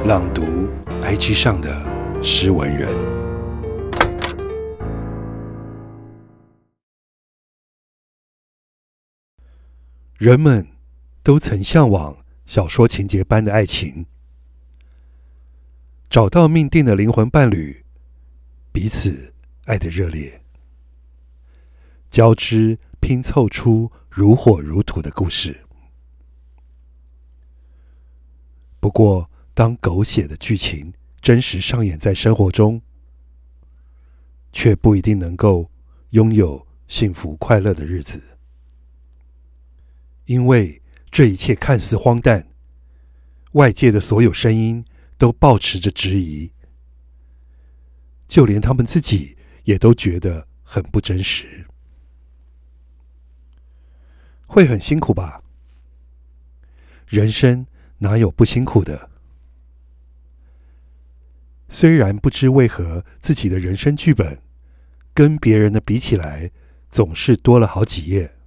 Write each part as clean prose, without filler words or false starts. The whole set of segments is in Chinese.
朗读 IG 上的诗文人。人们都曾向往小说情节般的爱情，找到命定的灵魂伴侣，彼此爱得热烈，交织拼凑出如火如荼的故事。不过，当狗血的剧情真实上演在生活中，却不一定能够拥有幸福快乐的日子。因为这一切看似荒诞，外界的所有声音都抱持着质疑，就连他们自己也都觉得很不真实。会很辛苦吧？人生哪有不辛苦的？虽然不知为何自己的人生剧本跟别人的比起来总是多了好几页，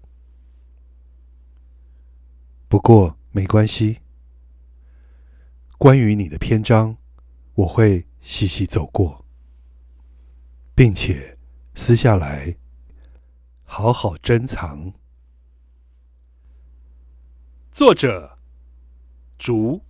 不过没关系，关于你的篇章我会细细走过，并且撕下来好好珍藏。作者：竹